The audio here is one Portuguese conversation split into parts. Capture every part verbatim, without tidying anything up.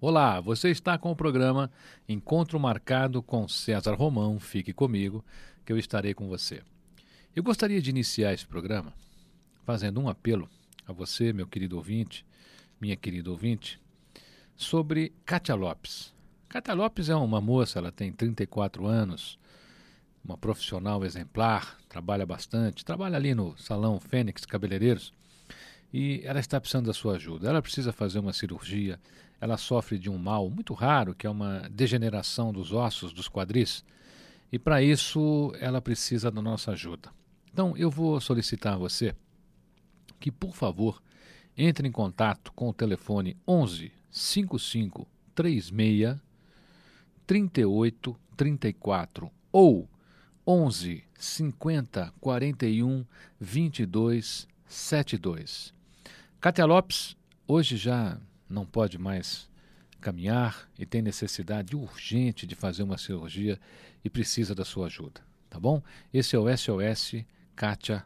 Olá, você está com o programa Encontro Marcado com César Romão. Fique comigo, que eu estarei com você. Eu gostaria de iniciar esse programa fazendo um apelo a você, meu querido ouvinte, minha querida ouvinte, sobre Kátia Lopes. Kátia Lopes é uma moça, ela tem trinta e quatro anos, uma profissional exemplar, trabalha bastante, trabalha ali no Salão Fênix Cabeleireiros e ela está precisando da sua ajuda. Ela precisa fazer uma cirurgia, ela sofre de um mal muito raro, que é uma degeneração dos ossos dos quadris, e para isso ela precisa da nossa ajuda. Então eu vou solicitar a você que, por favor, entre em contato com o telefone onze, cinquenta e cinco, trinta e seis, trinta e oito, trinta e quatro ou onze, cinquenta, quarenta e um, vinte e dois, setenta e dois. Kátia Lopes hoje já não pode mais caminhar e tem necessidade urgente de fazer uma cirurgia e precisa da sua ajuda, tá bom? Esse é o S O S Kátia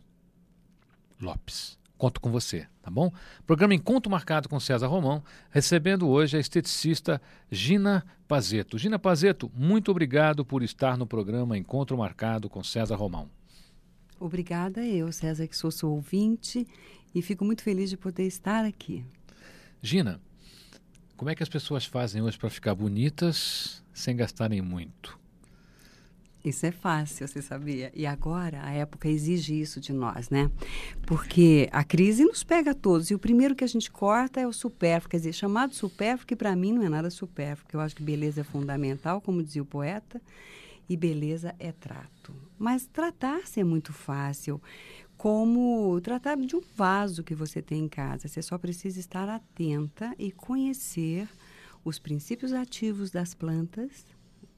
Lopes. Conto com você, tá bom? Programa Encontro Marcado com César Romão, recebendo hoje a esteticista Gina Pazeto. Gina Pazeto, muito obrigado por estar no programa Encontro Marcado com César Romão. Obrigada eu, César, que sou seu ouvinte e fico muito feliz de poder estar aqui. Gina, como é que as pessoas fazem hoje para ficar bonitas sem gastarem muito? Isso é fácil, você sabia? E agora a época exige isso de nós, né? Porque a crise nos pega a todos. E o primeiro que a gente corta é o supérfluo. Quer dizer, chamado supérfluo, que para mim não é nada supérfluo. Porque eu acho que beleza é fundamental, como dizia o poeta. E beleza é trato. Mas tratar-se é muito fácil. Como tratar de um vaso que você tem em casa. Você só precisa estar atenta e conhecer os princípios ativos das plantas,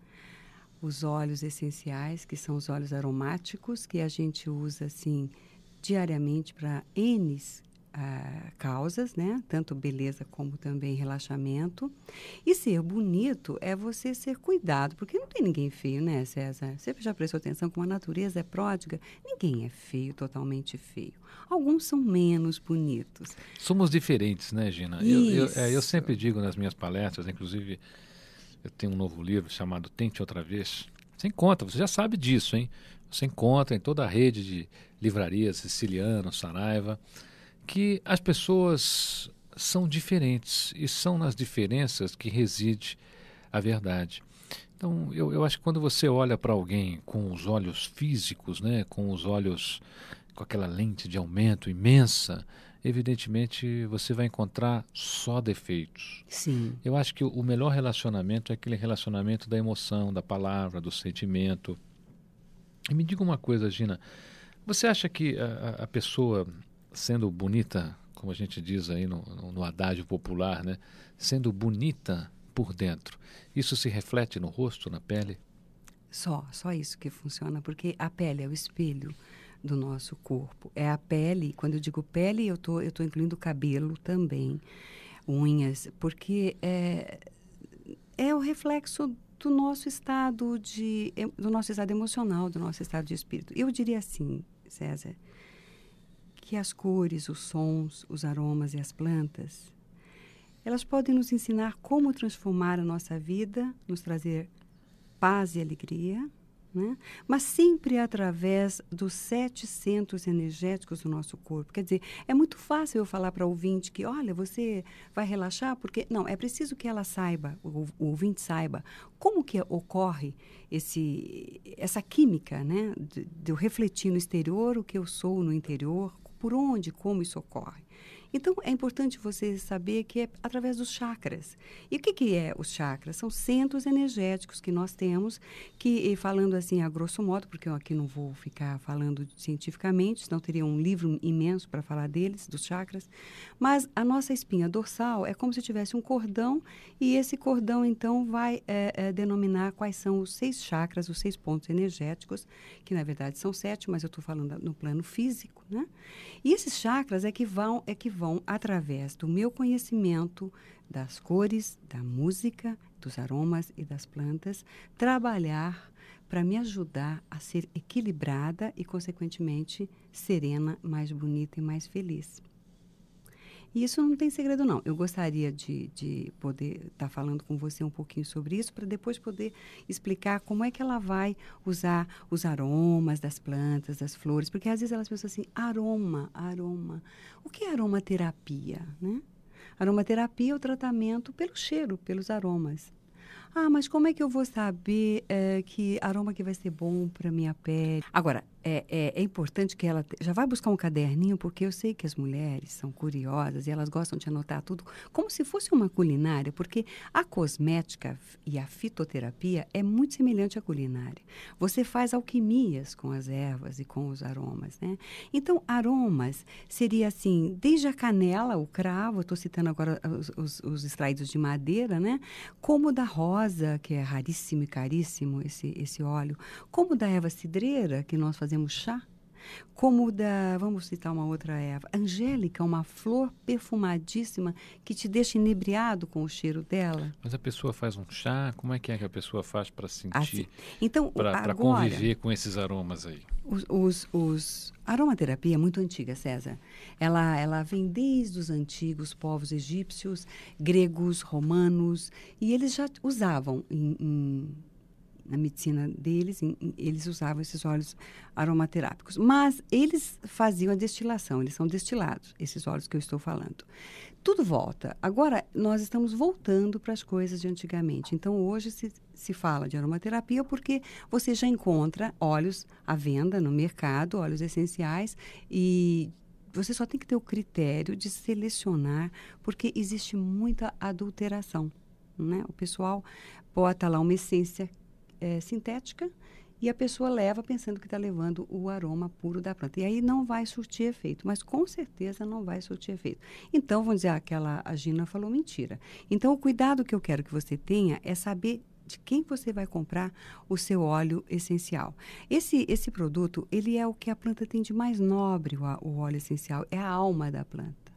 os óleos essenciais, que são os óleos aromáticos, que a gente usa, assim, diariamente para N uh, causas, né? Tanto beleza como também relaxamento. E ser bonito é você ser cuidado, porque não tem ninguém feio, né, César? Você já prestou atenção como a natureza é pródiga? Ninguém é feio, totalmente feio. Alguns são menos bonitos. Somos diferentes, né, Gina? Eu, eu, é, eu sempre digo nas minhas palestras, inclusive... Eu tenho um novo livro chamado Tente Outra Vez. Você encontra, você já sabe disso, hein? Você encontra em toda a rede de livrarias, Siciliano, Saraiva, que as pessoas são diferentes e são nas diferenças que reside a verdade. Então, eu, eu acho que quando você olha para alguém com os olhos físicos, né, com os olhos, com aquela lente de aumento imensa, evidentemente você vai encontrar só defeitos. Sim. Eu acho que o melhor relacionamento é aquele relacionamento da emoção, da palavra, do sentimento. E me diga uma coisa, Gina, você acha que a, a pessoa sendo bonita, como a gente diz aí no, no, no adágio popular, né, sendo bonita por dentro, isso se reflete no rosto, na pele? Só, só isso que funciona, porque a pele é o espelho do nosso corpo. É a pele, quando eu digo pele, eu tô, eu tô incluindo cabelo também, unhas, porque é, é o reflexo do nosso estado de, do nosso estado emocional, do nosso estado de espírito. Eu diria assim, César, que as cores, os sons, os aromas e as plantas, elas podem nos ensinar como transformar a nossa vida, nos trazer paz e alegria, né? Mas sempre através dos sete centros energéticos do nosso corpo. Quer dizer, é muito fácil eu falar para o ouvinte que, olha, você vai relaxar, porque... Não, é preciso que ela saiba, o, o ouvinte saiba, como que ocorre esse, essa química, né? De, de eu refletir no exterior o que eu sou no interior, por onde, como isso ocorre. Então, é importante você saber que é através dos chakras. E o que, que é os chakras? São centros energéticos que nós temos, que, falando assim a grosso modo, porque eu aqui não vou ficar falando cientificamente, senão teria um livro imenso para falar deles, dos chakras, mas a nossa espinha dorsal é como se tivesse um cordão, e esse cordão, então, vai é, é, denominar quais são os seis chakras, os seis pontos energéticos, que na verdade são sete, mas eu estou falando no plano físico, né? E esses chakras é que vão, é que vão através do meu conhecimento das cores, da música, dos aromas e das plantas, trabalhar para me ajudar a ser equilibrada e, consequentemente, serena, mais bonita e mais feliz. E isso não tem segredo, não. Eu gostaria de, de poder estar falando com você um pouquinho sobre isso, para depois poder explicar como é que ela vai usar os aromas das plantas, das flores, porque às vezes elas pensam assim, aroma, aroma. O que é aromaterapia, né? Aromaterapia é o tratamento pelo cheiro, pelos aromas. Ah, mas como é que eu vou saber é, que aroma que vai ser bom para minha pele? Agora, é, é, é importante que ela te- já vai buscar um caderninho, porque eu sei que as mulheres são curiosas e elas gostam de anotar tudo como se fosse uma culinária, porque a cosmética f- e a fitoterapia é muito semelhante à culinária. Você faz alquimias com as ervas e com os aromas, né? Então, aromas seria assim, desde a canela, o cravo, estou citando agora os, os, os extraídos de madeira, né? Como o da rosa, que é raríssimo e caríssimo esse, esse óleo, como o da erva cidreira, que nós fazemos chá, como o da, vamos citar uma outra erva, angélica, uma flor perfumadíssima que te deixa inebriado com o cheiro dela. Mas a pessoa faz um chá, como é que é que a pessoa faz para Assim. sentir, Então, o- para agora, conviver com esses aromas aí? os, os, os- a aromaterapia é muito antiga, César. Ela, ela vem desde os antigos povos egípcios, gregos, romanos, e eles já usavam em, em- na medicina deles, em- em- eles usavam esses óleos aromaterápicos. Mas eles faziam a destilação, eles são destilados, esses óleos que eu estou falando. Tudo volta. Agora, nós estamos voltando para as coisas de antigamente. Então, hoje se, se fala de aromaterapia porque você já encontra óleos à venda no mercado, óleos essenciais, e você só tem que ter o critério de selecionar, porque existe muita adulteração, né? O pessoal bota lá uma essência eh, sintética e a pessoa leva pensando que está levando o aroma puro da planta. E aí não vai surtir efeito, mas com certeza não vai surtir efeito. Então, vamos dizer, aquela a Gina falou mentira. Então, o cuidado que eu quero que você tenha é saber de quem você vai comprar o seu óleo essencial. Esse, esse produto, ele é o que a planta tem de mais nobre, o, a- o óleo essencial, é a alma da planta.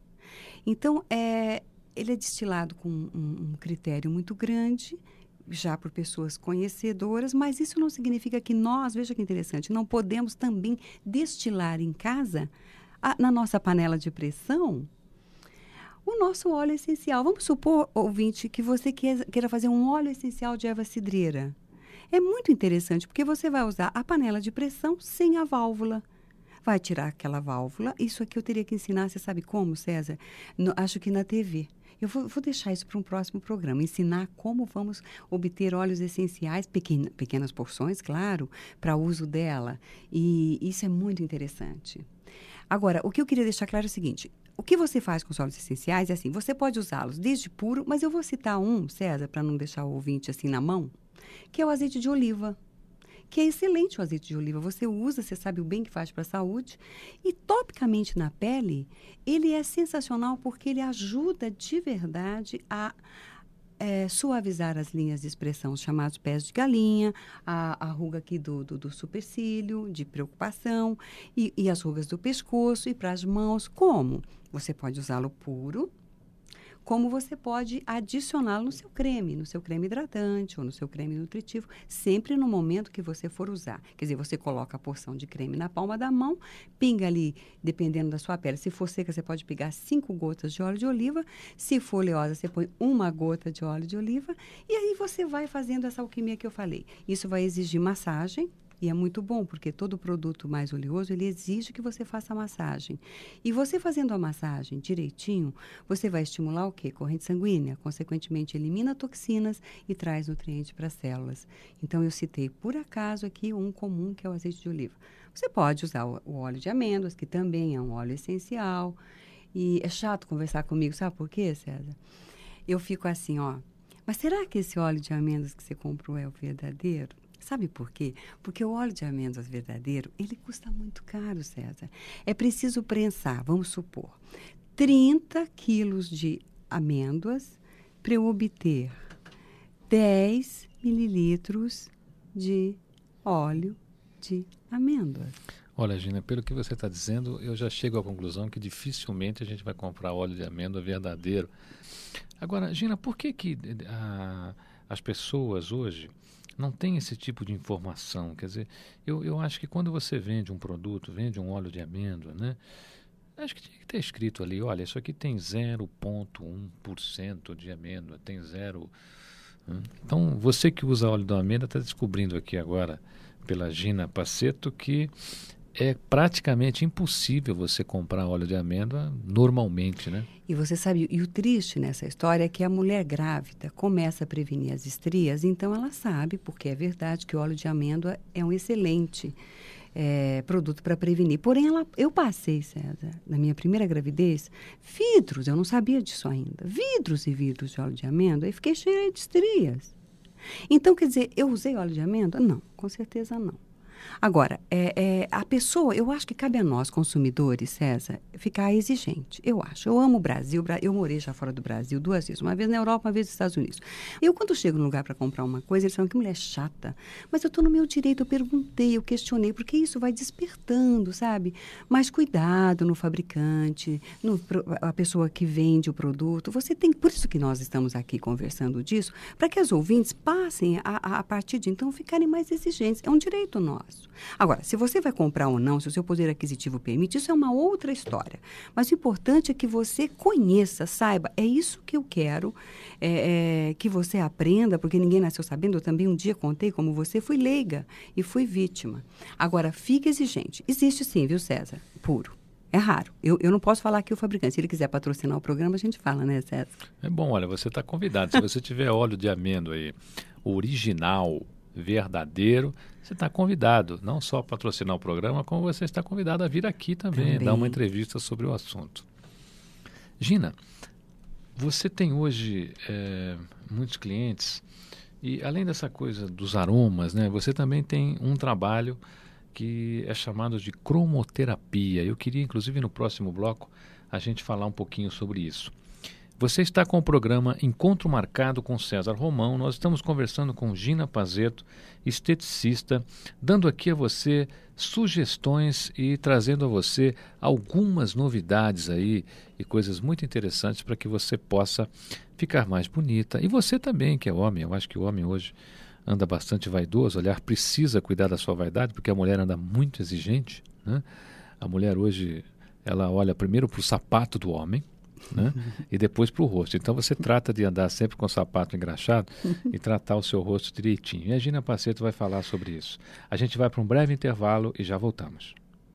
Então, é, ele é destilado com um, um critério muito grande, já por pessoas conhecedoras, mas isso não significa que nós, veja que interessante, não podemos também destilar em casa, a- na nossa panela de pressão, o nosso óleo essencial. Vamos supor, ouvinte, que você quer- queira fazer um óleo essencial de erva cidreira. É muito interessante, porque você vai usar a panela de pressão sem a válvula. Vai tirar aquela válvula. Isso aqui eu teria que ensinar, você sabe como, César? No- acho que na T V. Eu vou, vou deixar isso para um próximo programa, ensinar como vamos obter óleos essenciais, pequen, pequenas porções, claro, para uso dela. E isso é muito interessante. Agora, o que eu queria deixar claro é o seguinte: o que você faz com os óleos essenciais é assim, você pode usá-los desde puro, mas eu vou citar um, César, para não deixar o ouvinte assim na mão, que é o azeite de oliva, que é excelente o azeite de oliva. Você usa, você sabe o bem que faz para a saúde. E topicamente na pele, ele é sensacional porque ele ajuda de verdade a eh, suavizar as linhas de expressão, os chamados pés de galinha, a, a ruga aqui do, do, do supercílio, de preocupação, e, e as rugas do pescoço e para as mãos. Como? Você pode usá-lo puro, como você pode adicioná-lo no seu creme, no seu creme hidratante ou no seu creme nutritivo, sempre no momento que você for usar. Quer dizer, você coloca a porção de creme na palma da mão, pinga ali, dependendo da sua pele. Se for seca, você pode pegar cinco gotas de óleo de oliva. Se for oleosa, você põe uma gota de óleo de oliva. E aí você vai fazendo essa alquimia que eu falei. Isso vai exigir massagem. E é muito bom, porque todo produto mais oleoso, ele exige que você faça a massagem. E você fazendo a massagem direitinho, você vai estimular o quê? Corrente sanguínea, consequentemente elimina toxinas e traz nutrientes para as células. Então, eu citei por acaso aqui um comum, que é o azeite de oliva. Você pode usar o, o óleo de amêndoas, que também é um óleo essencial. E é chato conversar comigo, sabe por quê, César? Eu fico assim, ó, mas será que esse óleo de amêndoas que você comprou é o verdadeiro? Sabe por quê? Porque o óleo de amêndoas verdadeiro, ele custa muito caro, César. É preciso prensar, vamos supor, trinta quilos de amêndoas para eu obter dez mililitros de óleo de amêndoas. Olha, Gina, pelo que você está dizendo, eu já chego à conclusão que dificilmente a gente vai comprar óleo de amêndoa verdadeiro. Agora, Gina, por que que ah, as pessoas hoje não têm esse tipo de informação? Quer dizer, eu, eu acho que quando você vende um produto, vende um óleo de amêndoa, né? Acho que tinha que ter escrito ali, olha, isso aqui tem zero vírgula um por cento de amêndoa, tem zero... Então, você que usa óleo de amêndoa está descobrindo aqui agora, pela Gina Pacetto, que é praticamente impossível você comprar óleo de amêndoa normalmente, né? E você sabe, e o triste nessa história é que a mulher grávida começa a prevenir as estrias, então ela sabe, porque é verdade, que o óleo de amêndoa é um excelente é, produto para prevenir. Porém, ela, eu passei, César, na minha primeira gravidez, vidros, eu não sabia disso ainda, vidros e vidros de óleo de amêndoa, e fiquei cheia de estrias. Então, quer dizer, eu usei óleo de amêndoa? Não, com certeza não. Agora, é, é, a pessoa, eu acho que cabe a nós, consumidores, César, ficar exigente. Eu acho. Eu amo o Brasil. Eu morei já fora do Brasil duas vezes. Uma vez na Europa, uma vez nos Estados Unidos. Eu, quando chego num lugar para comprar uma coisa, eles falam que mulher chata. Mas eu estou no meu direito, eu perguntei, eu questionei, porque isso vai despertando, sabe? Mais cuidado no fabricante, no, a pessoa que vende o produto. Você tem, por isso que nós estamos aqui conversando disso, para que as ouvintes passem a, a, a partir de então ficarem mais exigentes. É um direito nosso. Agora, se você vai comprar ou não, se o seu poder aquisitivo permite, isso é uma outra história. Mas o importante é que você conheça, saiba, é isso que eu quero, é, é, que você aprenda, porque ninguém nasceu sabendo. Eu também um dia contei como você, fui leiga e fui vítima. Agora, fique exigente. Existe sim, viu, César? Puro. É raro. Eu, eu não posso falar aqui o fabricante. Se ele quiser patrocinar o programa, a gente fala, né, César? É bom, olha, você está convidado. Se você tiver óleo de amêndoa aí, original, verdadeiro, você está convidado, não só a patrocinar o programa, como você está convidado a vir aqui também, também. dar uma entrevista sobre o assunto. Gina, você tem hoje é, muitos clientes e além dessa coisa dos aromas, né, você também tem um trabalho que é chamado de cromoterapia. Eu queria, inclusive, no próximo bloco, a gente falar um pouquinho sobre isso. Você está com o programa Encontro Marcado com César Romão. Nós estamos conversando com Gina Pacetto, esteticista, dando aqui a você sugestões e trazendo a você algumas novidades aí e coisas muito interessantes para que você possa ficar mais bonita. E você também, que é homem, eu acho que o homem hoje anda bastante vaidoso, aliás, precisa cuidar da sua vaidade, porque a mulher anda muito exigente, né? A mulher hoje, ela olha primeiro para o sapato do homem, né? E depois para o rosto. Então você trata de andar sempre com o sapato engraxado e tratar o seu rosto direitinho. E a Gina Pacetto vai falar sobre isso. A gente vai para um breve intervalo e já voltamos.